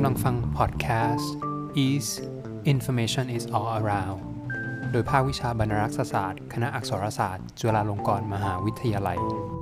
กำลังฟังพอดแคสต์ Is Information is all around โดยภาควิชาบรรณารักษศาสตร์คณะอักษรศาสตร์จุฬาลงกรณ์มหาวิทยาลัย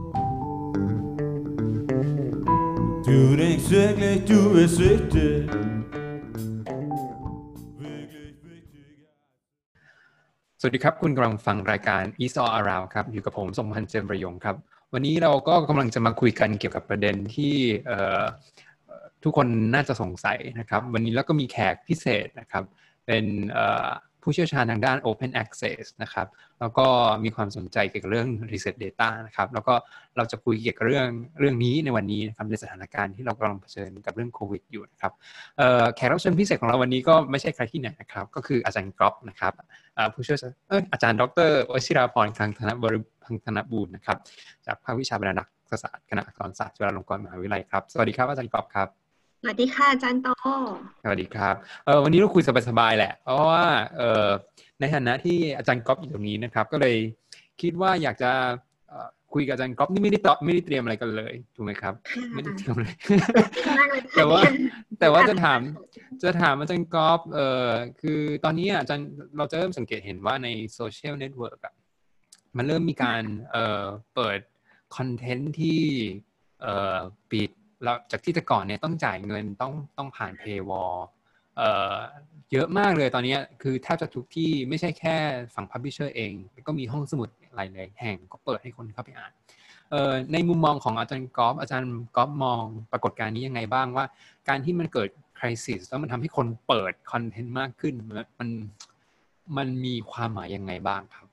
สวัสดีครับคุณกำลังฟังรายการ Is All Around ครับอยู่กับผมทรงพันธ์เจิมประยงครับวันนี้เราก็กำลังจะมาคุยกันเกี่ยวกับประเด็นที่ทุกคนน่าจะสงสัยนะครับวันนี้แล้วก็มีแขกพิเศษนะครับเป็นผู้เชี่ยวชาญทางด้าน Open Access นะครับแล้วก็มีความสนใจเกี่ยวกับเรื่อง Research Data นะครับแล้วก็เราจะคุยเกี่ยวกับเรื่องนี้ในวันนี้นะครับในสถานการณ์ที่เรากำลังเผชิญกับเรื่องโควิดอยู่นะครับแขกรับเชิญพิเศษของเราวันนี้ก็ไม่ใช่ใครที่ไหนนะครับก็คืออาจารย์ก๊อฟนะครับผู้เชี่ยวชาญอาจารย์ดร.วชิราพรคลังธนบูรณ์นะครับจากภาควิชาบรรณารักษศาสตร์คณะอักษรศาสตร์จุฬาลงกรณ์มหาวิทยาลัยครับสวัสดีครับอาจารย์ก๊อฟครับสวัสดีค่ะอาจารย์โตสวัสดีครับวันนี้เราคุยสบายๆแหละเพราะว่าในฐานะที่อาจารย์ก๊อฟอยู่ตรงนี้นะครับก็เลยคิดว่าอยากจะคุยกับอาจารย์ก๊อฟนี่ไม่ได้เตรียมอะไรกันเลยถูกไหมครับไม่ได้เตรียมเลยแต่ว่าจะถามอาจารย์ก๊อฟคือตอนนี้อาจารย์เราจะเริ่มสังเกตเห็นว่าในโซเชียลเน็ตเวิร์กมันเริ่มมีการเปิดคอนเทนต์ที่ปิดแล้วจากที่แต่ก่อนเนี่ยต้องจ่ายเงินต้องผ่าน Paywall เยอะมากเลยตอนนี้คือแทบจะทุกที่ไม่ใช่แค่ฝั่ง Publisher เองก็มีห้องสมุดหลายๆแห่งก็เปิดให้คนเข้าไปอ่านในมุมมองของอาจารย์ก๊อฟมองปรากฏการณ์นี้ยังไงบ้างว่าการที่มันเกิด crisis แล้วมันทำให้คนเปิดคอนเทนต์มากขึ้นมันมีความหมายยังไงบ้างครับ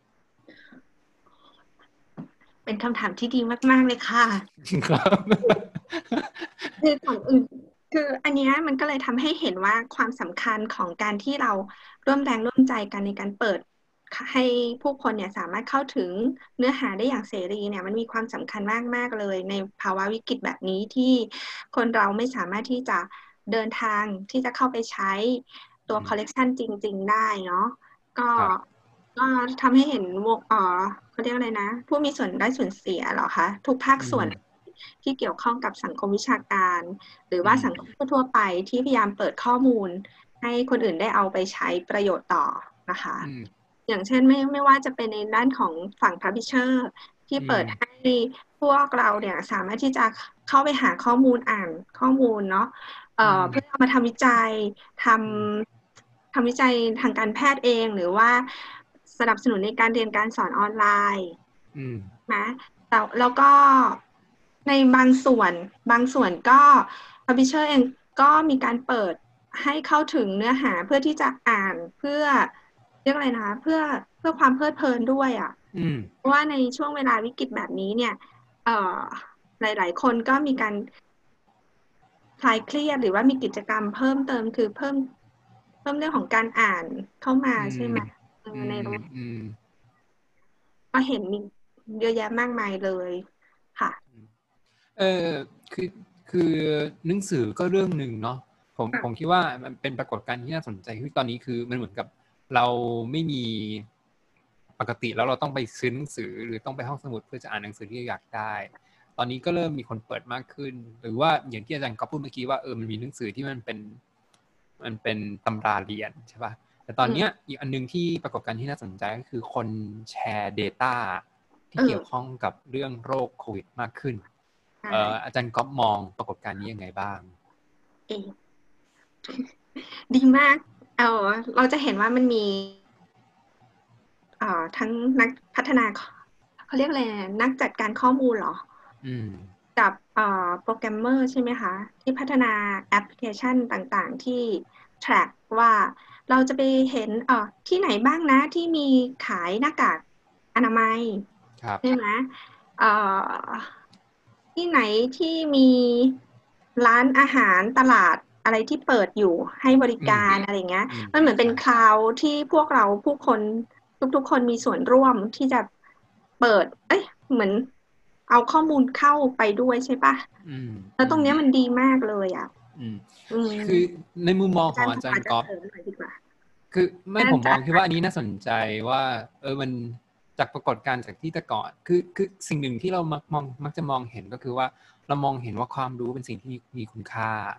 เป็นคำถามที่ดีมากๆเลยค่ะครับคือของอื่นคืออันนี้มันก็เลยทำให้เห็นว่าความสำคัญของการที่เราร่วมแรงร่วมใจกันในการเปิดให้ผู้คนเนี่ยสามารถเข้าถึงเนื้อหาได้อย่างเสรีเนี่ยมันมีความสำคัญมากๆเลยในภาวะวิกฤตแบบนี้ที่คนเราไม่สามารถที่จะเดินทางที่จะเข้าไปใช้ตัวคอลเลกชันจริงๆได้เนาะก็ทำให้เห็นเขาเรียกอะไรนะผู้มีส่วนได้ส่วนเสียเหรอคะทุกภาคส่วนที่เกี่ยวข้องกับสังคมวิชาการหรือว่าสังคมทั่วไปที่พยายามเปิดข้อมูลให้คนอื่นได้เอาไปใช้ประโยชน์ต่อนะคะอย่างเช่นไม่ว่าจะเป็นในด้านของฝั่ง Publisher ที่เปิดให้พวกเราเนี่ยสามารถที่จะเข้าไปหาข้อมูลอ่านข้อมูลเนาะเพื่อเอามาทำวิจัยทำวิจัยทางการแพทย์เองหรือว่าสนับสนุนในการเรียนการสอนออนไลน์นะแล้วก็ในบางส่วนก็ Publisher เองก็มีการเปิดให้เข้าถึงเนื้อหาเพื่อที่จะอ่านเพื่อเรียกอะไรนะเพื่อความเพลิดเพลินด้วยเพราะว่าในช่วงเวลาวิกฤตแบบนี้เนี่ยหลายๆคนก็มีการคลายเครียดหรือว่ามีกิจกรรมเพิ่มเติมคือเพิ่มเรื่องของการอ่านเข้ามาใช่ไหมในโรงก็เห็นมีเยอะแยะมากมายเลยค่ะคือหนังสือก็เรื่องหนึ่งเนาะผมคิดว่ามันเป็นปรากฏการณ์ที่น่าสนใจคือตอนนี้คือมันเหมือนกับเราไม่มีปกติแล้วเราต้องไปซื้อหนังสือหรือต้องไปห้องสมุดเพื่อจะอ่านหนังสือที่อยากได้ตอนนี้ก็เริ่มมีคนเปิดมากขึ้นหรือว่าอย่างที่อาจารย์ก็พูดเมื่อกี้ว่ามันมีหนังสือที่มันเป็นตำราเรียนใช่ป่ะแต่ตอนนี้อีกอันนึงที่ปรากฏการณ์ที่น่าสนใจก็คือคนแชร์ data ที่เกี่ยวข้องกับเรื่องโรคโควิดมากขึ้นอาจารย์ก๊อฟมองปรากฏการณ์นี้ยังไงบ้างดีมากเราจะเห็นว่ามันมีทั้งนักพัฒนาเขาเรียกอะไรนักจัดการข้อมูลเหรอกับโปรแกรมเมอร์ใช่ไหมคะที่พัฒนาแอปพลิเคชันต่างๆที่ track ว่าเราจะไปเห็นที่ไหนบ้างนะที่มีขายหน้ากากอนามัยใช่ไหมที่ไหนที่มีร้านอาหารตลาดอะไรที่เปิดอยู่ให้บริการอะไรเงี้ยมันเหมือนเป็นคลาวด์ที่พวกเราผู้คนทุกคนมีส่วนร่วมที่จะเปิดเหมือนเอาข้อมูลเข้าไปด้วยใช่ปะแล้วตรงนี้มันดีมากเลยคือในมุมมองของอาจารย์ก๊อฟคือไม่ผมมองคิดว่าอันนี้น่าสนใจว่ามันจากปรากฏการณ์จากที่แต่ก่อนคือสิ่งหนึ่งที่เรามักจะมองเห็นก็คือว่าเรามองเห็นว่าความรู้เป็นสิ่งที่มีคุณค่า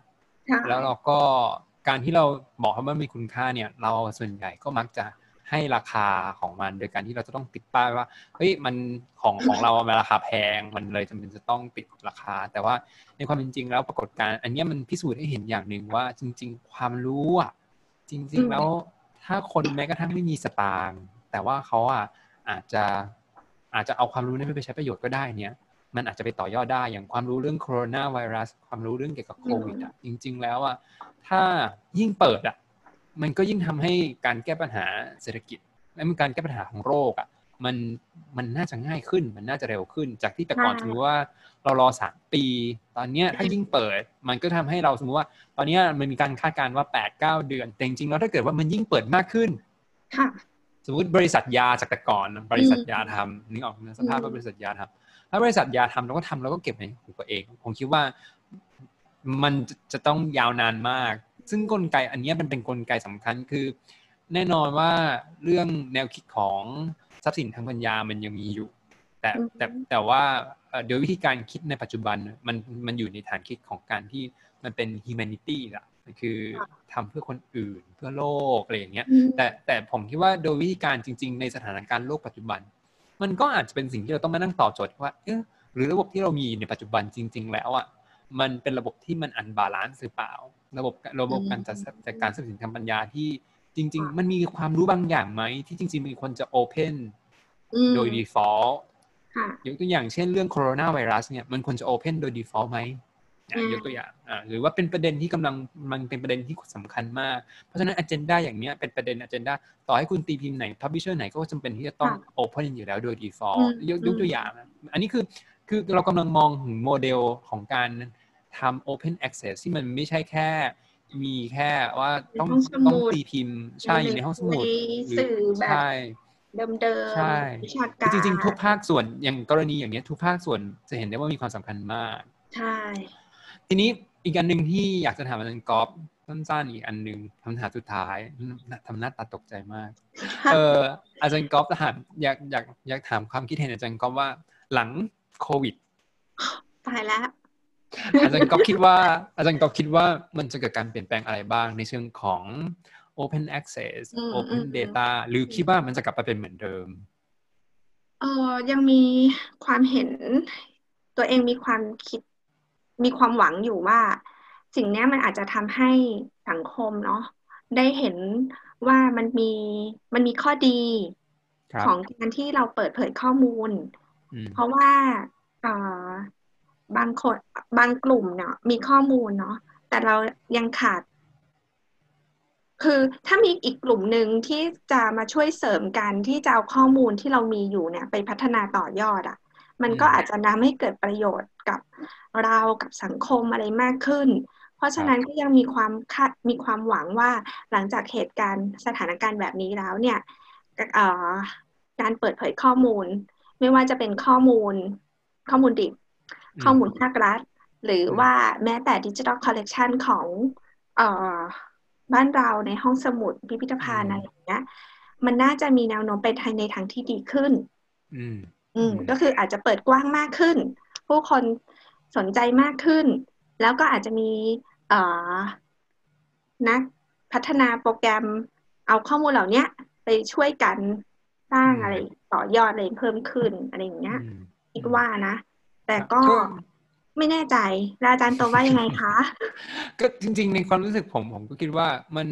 ใช่แล้วเราก็การที่เราบอกว่ามันมีคุณค่าเนี่ยเราส่วนใหญ่ก็มักจะให้ราคาของมันโดยการที่เราจะต้องติดป้ายว่าเฮ้ยมันของเรามันราคาแพงมันเลยจำเป็นจะต้องติดราคาแต่ว่าในความเป็นจริงแล้วปรากฏการณ์อันนี้มันพิสูจน์ให้เห็นอย่างหนึ่งว่าจริงๆความรู้อ่ะจริงๆแล้วถ้าคนแม้กระทั่งไม่มีสตางค์แต่ว่าเขาอ่ะอาจจะเอาความรู้นั้นไปใช้ประโยชน์ก็ได้เนี่ยมันอาจจะไปต่อยอดได้อย่างความรู้เรื่องโคโรนาไวรัสความรู้เรื่องเกี่ยวกับโควิดอ่ะจริงๆแล้วอ่ะถ้ายิ่งเปิดอ่ะมันก็ยิ่งทำให้การแก้ปัญหาเศรษฐกิจและการแก้ปัญหาของโรคอ่ะมันน่าจะง่ายขึ้นมันน่าจะเร็วขึ้นจากที่แต่ก่อนสมมติว่าเรารอ3 ปีตอนนี้ถ้ายิ่งเปิดมันก็ทำให้เราสมมติว่าตอนนี้มันมีการคาดการณ์ว่า 8-9 เดือนแต่จริงๆแล้วถ้าเกิดว่ามันยิ่งเปิดมากขึ้นสมมติบริษัทยาจากแต่ก่อนบริษัทยาทำนึกออกในสภาพว่าบริษัทยาทำถ้าบริษัทยาทำเราก็เก็บในของตัวเองผมคิดว่ามันจะต้องยาวนานมากซึ่งกลไกอันนี้มันเป็นกลไกสำคัญคือแน่นอนว่าเรื่องแนวคิดของทรัพย์สินทางปัญญามันยังมีอยู่แต่ว่าโดยวิธีการคิดในปัจจุบันมันอยู่ในฐานคิดของการที่มันเป็น humanity ล่ะคือทำเพื่อคนอื่นเพื่อโลกอะไรอย่างเงี้ยแต่ผมคิดว่าโดยวิธีการจริงๆในสถานการณ์โลกปัจจุบันมันก็อาจจะเป็นสิ่งที่เราต้องมานั่งตอบโจทย์ว่าหรือระบบที่เรามีในปัจจุบันจริงๆแล้วอ่ะมันเป็นระบบที่มันอันบาลานซ์หรือเปล่าระบบการจัดการทรัพย์สินทางปัญญาที่จริงๆมันมีความรู้บางอย่างไหมที่จริงๆมีคนจะ open โดย default ยกตัวอย่างเช่นเรื่องโคโรนาไวรัสเนี่ยมันควรจะ open โดย default ไหมยกตัวอย่างหรือว่าเป็นประเด็นที่มันเป็นประเด็นที่สำคัญมากเพราะฉะนั้น agenda อย่างเนี้ยเป็นประเด็น agenda ต่อให้คุณตีพิมพ์ไหน publisher ไหนก็จำเป็นที่จะต้อง open อยู่แล้วโดย default ยกตัวอย่างอันนี้คือเรากำลังมองถึงโมเดลของการทำ open access ที่มันไม่ใช่แค่มีแค่ว่าต้องตีพิมพ์ใช่อยู่ในห้องสมุดหรือใช่เดิมใช่จริงๆทุกภาคส่วนอย่างกรณีอย่างนี้ทุกภาคส่วนจะเห็นได้ว่ามีความสำคัญมากใช่ทีนี้อีกอันหนึ่งที่อยากจะถามอาจารย์ก๊อฟสั้นๆอีกอันหนึ่งคำถามสุดท้ายทำหน้าตาตกใจมากอาจารย์ก๊อฟถามอยากถามความคิดเห็นอาจารย์ก๊อฟว่าหลังโควิดตายแล้วอาจารย์ก๊อฟคิดว่ามันจะเกิดการเปลี่ยนแปลงอะไรบ้างในเชิงของ Open Access Open Data หรือคิดว่ามันจะกลับไปเป็นเหมือนเดิมยังมีความเห็นตัวเองมีความคิดมีความหวังอยู่ว่าสิ่งนี้มันอาจจะทำให้สังคมเนาะได้เห็นว่ามันมีข้อดีของการที่เราเปิดเผยข้อมูลเพราะว่าบางคนบางกลุ่มเนาะมีข้อมูลเนาะแต่เรายังขาดคือถ้ามีอีกกลุ่มหนึ่งที่จะมาช่วยเสริมกันที่จะเอาข้อมูลที่เรามีอยู่เนี่ยไปพัฒนาต่อยอดอ่ะมันก็อาจจะทำให้เกิดประโยชน์กับเรากับสังคมอะไรมากขึ้นเพราะฉะนั้นก็ยังมีความหวังว่าหลังจากเหตุการณ์สถานการณ์แบบนี้แล้วเนี่ยการเปิดเผยข้อมูลไม่ว่าจะเป็นข้อมูลดิบข้อมูลภาครัฐหรือว่าแม้แต่ดิจิทัลคอลเลกชันของบ้านเราในห้องสมุดพิพิธภัณฑ์อะไรอย่างเงี้ยมันน่าจะมีแนวโน้มไปในทางที่ดีขึ้นก็คืออาจจะเปิดกว้างมากขึ้นผู้คนสนใจมากขึ้นแล้วก็อาจจะมีนักพัฒนาโปรแกรมเอาข้อมูลเหล่านี้ไปช่วยกันสร้างอะไรต่อยอดอะไรเพิ่มขึ้นอะไรอย่างเงี้ยคิดว่านะแต่ก็ไม่แน่ใจอาจารย์ตัวว่ายังไงคะก็จริงๆในความรู้สึกผมก็คิดว่ามัน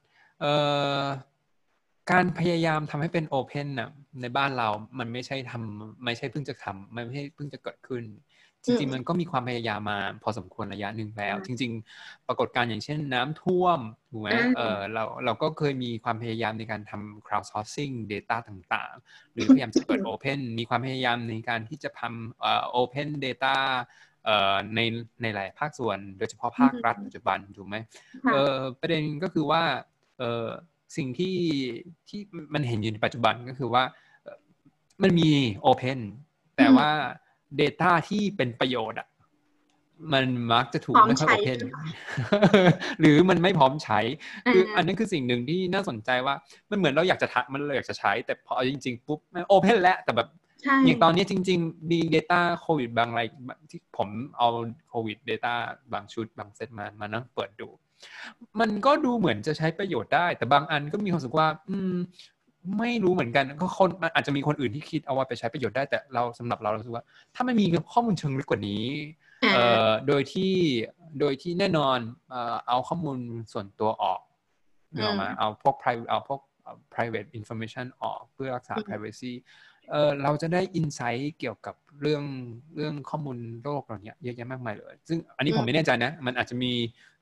การพยายามทำให้เป็นโอเพนน่ะในบ้านเรามันไม่ใช่เพิ่งจะทำไม่ใช่เพิ่งจะเกิดขึ้นจริงๆมันก็มีความพยายามมาพอสมควรระยะหนึ่งแล้วจริงๆปรากฏการณ์อย่างเช่นน้ำท่วมถูกไหมเราก็เคยมีความพยายามในการทำ crowdsourcing data ต่างๆหรือพยายามจะเปิด open มีความพยายามในการที่จะทำopen data ในหลายภาคส่วนโดยเฉพาะภาครัฐปัจจุบันถูกไหมประเด็นก็คือว่าสิ่งที่มันเห็นอยู่ในปัจจุบันก็คือว่ามันมี open แต่ว่า data ที่เป็นประโยชน์อ่ะมันมักจะถูกไม่ค่อย open หรือมันไม่พร้อมใช้คืออันนั้นคือสิ่งหนึ่งที่น่าสนใจว่ามันเหมือนเราอยากจะใช้แต่พอจริงๆปุ๊บมัน open แล้วแต่แบบใช่อย่างตอนนี้จริงๆมี data โควิดบางรายที่ผมเอาโควิด data บางชุดบางเซตมานั่งเปิดดูมันก็ดูเหมือนจะใช้ประโยชน์ได้แต่บางอันก็มีความรู้สึกว่าไม่รู้เหมือนกันก็คนอาจจะมีคนอื่นที่คิดเอาว่าไปใช้ประโยชน์ได้แต่สำหรับเรารู้สึกว่าถ้ามันมีข้อมูลเชิงลึกกว่านี้โดยที่แน่นอนเอาข้อมูลส่วนตัวออกเนื้อมาเอาพวก private information ออกเพื่อรักษา privacy เราจะได้ insight เกี่ยวกับเรื่องข้อมูลโลกเหล่านี้เยอะแยะมากมายเลยซึ่งอันนี้ผมไม่แน่ใจนะมันอาจจะมี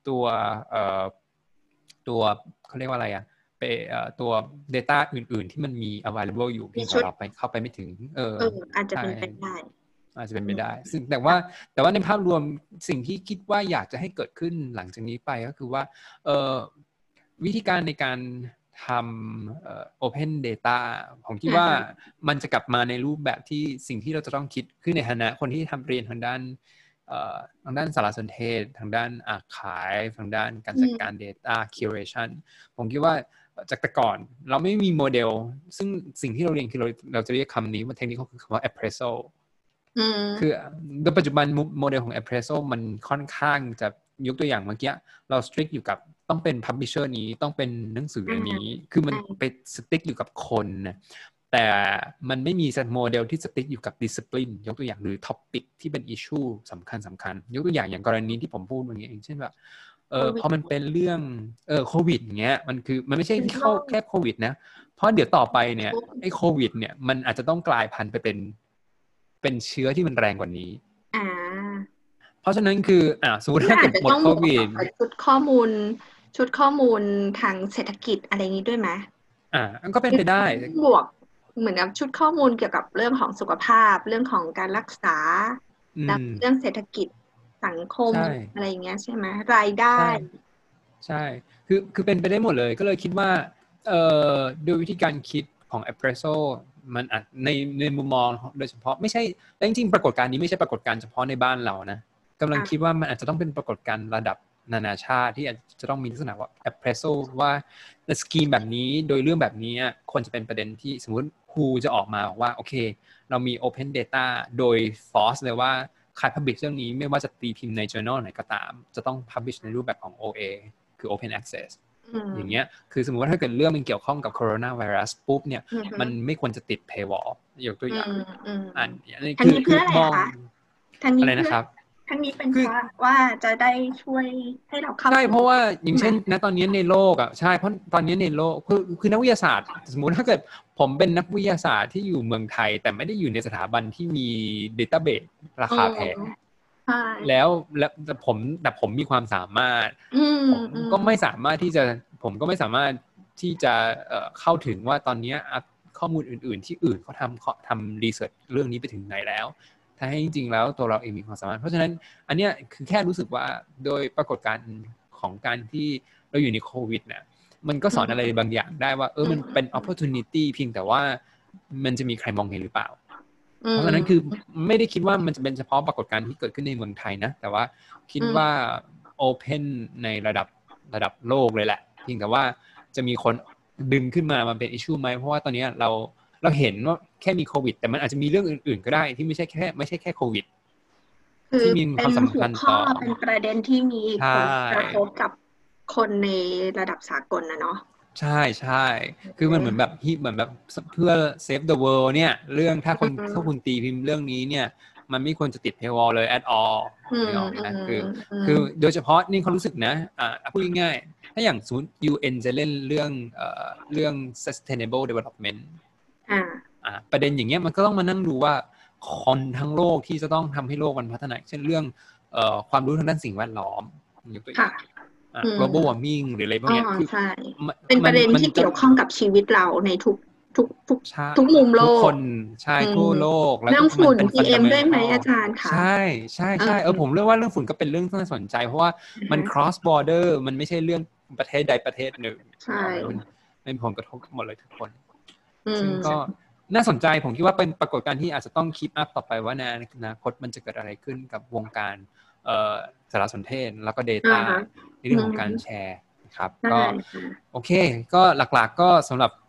ตัวเขาเรียกว่าอะไรอะตัว data อื่นๆที่มันมี available อยู่เพียงแต่เราเข้าไปไม่ถึงอาจจะเป็นไปได้อาจจะเป็นไปได้ซึ่งแต่ว่าในภาพรวมสิ่งที่คิดว่าอยากจะให้เกิดขึ้นหลังจากนี้ไปก็คือว่าวิธีการในการทำopen data ผมคิดว่ามันจะกลับมาในรูปแบบที่สิ่งที่เราจะต้องคิดขึ้นในฐานะคนที่ทำเรียนทางด้านสารสนเทศทางด้านarchiveทางด้านการจัดการ data curation ผมคิดว่าจากแต่ก่อนเราไม่มีโมเดลซึ่งสิ่งที่เราเรียนคือเราจะเรียกคำนี้ว่าเทคนิคคือคำว่า appraisal คือโดยปัจจุบันโมเดลของ appraisal มันค่อนข้างจะยกตัวอย่างเมื่อกี้เรา strict อยู่กับต้องเป็น publisher นี้ต้องเป็นหนังสืออันนี้คือมันไป stick อยู่กับคนนะแต่มันไม่มีโมเดลที่ stick อยู่กับ discipline ยกตัวอย่างหรือ topic ที่เป็น issue สำคัญยกตัวอย่างกรณีที่ผมพูดอย่างเงี้ยอย่างเช่นแบบพอมันเป็นเรื่องโควิดอย่างเงี้ยมันไม่ใช่แค่โควิดนะเพราะเดี๋ยวต่อไปเนี่ยไอ้โควิดเนี่ยมันอาจจะต้องกลายพันธุ์ไปเป็นเชื้อที่มันแรงกว่านี้เพราะฉะนั้นคือสมมติถ้าเกิดหมดโควิดชุดข้อมูลทางเศรษฐกิจอะไรนี้ด้วยไหมก็เป็นไปได้บวกเหมือนกับชุดข้อมูลเกี่ยวกับเรื่องของสุขภาพเรื่องของการรักษาเรื่องเศรษฐกิจสังคมอะไรอย่างเงี้ยใช่ไหมรายได้ใช่คือเป็นไปได้หมดเลยก็เลยคิดว่าโดยวิธีการคิดของ Espresso มันอาจในมุมมองโดยเฉพาะไม่ใช่จริงๆปรากฏการณ์นี้ไม่ใช่ปรากฏการณ์เฉพาะในบ้านเรานะกำลังคิดว่ามันอาจจะต้องเป็นปรากฏการณ์ระดับนานาชาติที่อาจจะต้องมีลักษณะว่า Espresso ว่าสกีมแบบนี้โดยเรื่องแบบนี้ควรจะเป็นประเด็นที่สมมติครูจะออกมาบอกว่าโอเคเรามี Open Data โดย Force เลยว่าใคร publish เรื่องนี้ไม่ว่าจะตีพิมพ์ใน journal ไหนก็ตามจะต้อง publish ในรูปแบบของ OA คือ Open Access อย่างเงี้ยคือสมมติว่าถ้าเกิดเรื่องมันเกี่ยวข้องกับโคโรนาไวรัสปุ๊บเนี่ยมันไม่ควรจะติด paywall ยกตัวอย่างอันนี้คือมองอะไรนะครับทั้งนี้เป็นเพราะว่าจะได้ช่วยให้เราเข้าใช่เพราะว่าอย่างเช่นณตอนนี้ในโลกใช่เพราะตอนนี้ในโลกคือนักวิทยาศาสตร์สมมุติถ้าเกิดผมเป็นนักวิทยาศาสตร์ที่อยู่เมืองไทยแต่ไม่ได้อยู่ในสถาบันที่มี database ราคาแพงแล้วแต่ผมมีความสามารถผมก็ไม่สามารถที่จะเข้าถึงว่าตอนนี้ข้อมูลอื่นๆที่อื่นเขาทำรีเสิร์ชเรื่องนี้ไปถึงไหนแล้วถ้าให้จริงๆแล้วตัวเราเองมีความสามารถเพราะฉะนั้นอันเนี้ยคือแค่รู้สึกว่าโดยปรากฏการณ์ของการที่เราอยู่ในโควิดเนี่ยมันก็สอนอะไรบางอย่างได้ว่ามันเป็น opportunity เพียงแต่ว่ามันจะมีใครมองเห็นหรือเปล่าเพราะฉะนั้นคือไม่ได้คิดว่ามันจะเป็นเฉพาะปรากฏการณ์ที่เกิดขึ้นในเมืองไทยนะแต่ว่าคิดว่า open ในระดับโลกเลยแหละเพียงแต่ว่าจะมีคนดึงขึ้นมาเป็น issue ไหมเพราะว่าตอนนี้เราเห็นว่าแค่มีโควิดแต่มันอาจจะมีเรื่องอื่นๆก็ได้ที่ไม่ใช่แค่โควิดที่มีความสำคัญต่อเป็นประเด็นที่มีผลกระทบกับคนในระดับสากลนะเนาะใช่คือมันเหมือนแบบเพื่อ save the world เนี่ยเรื่องถ้าคุณตีพิมพ์เรื่องนี้เนี่ยมันไม่ควรจะติด paywall เลย at all ไม่ออกนะคือโดยเฉพาะนี่เขารู้สึกนะพูดง่ายๆถ้าอย่างศูนย์ UN จะเล่นเรื่อง sustainable development ประเด็นอย่างเงี้ยมันก็ต้องมานั่งดูว่าคนทั้งโลกที่จะต้องทำให้โลกมันพัฒนาเช่นเรื่องความรู้ทางด้านสิ่งแวดล้อมยกตัวอย่างglobal warming หรืออะไรพวกนี้คือเป็นประเด็นที่เกี่ยวข้องกับชีวิตเราในทุกมุมโลกทุกคนใช่ทั่วโลกแล้วเรื่องฝุ่น PM ด้วยไหมอาจารย์คะใช่ผมเรื่องว่าเรื่องฝุ่นก็เป็นเรื่องที่น่าสนใจเพราะว่ามัน cross border มันไม่ใช่เรื่องประเทศใดประเทศหนึ่งใช่เป็นผลกระทบหมดเลยทุกคนซึ่งก็น่าสนใจผมคิดว่าเป็นปรากฏการณ์ที่อาจจะต้องคีปอัพต่อไปว่าในอนาคตมันจะเกิดอะไรขึ้นกับวงการสารสนเทศแล้วก็ data ในเรื่องของการแชร์นะครับก็โอเคก็หลักๆก็สำหรับ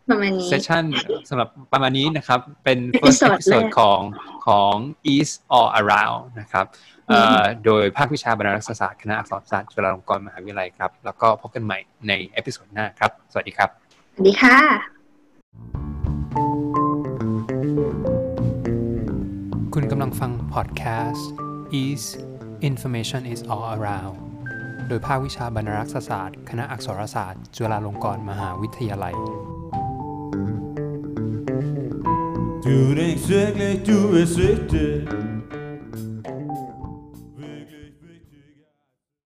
ประมาณนี้เซสชั่นสำหรับประมาณนี้นะครับเป็น first episode episode ของ East All Around นะครับโดยภาควิชาบรรณารักษศาสตร์คณะอักษรศาสตร์จุฬาลงกรณ์มหาวิทยาลัยครับแล้วก็พบกันใหม่ในเอพิโซดหน้าครับสวัสดีครับสวัสดีค่ะคุณกำลังฟังพอดแคสต์ East Information is all around โดยภาควิชาบรรณารักษศาสตร์คณะอักษรศาสตร์จุฬาลงกรณ์มหาวิทยาลัย Du er ikke sikker, du er sikker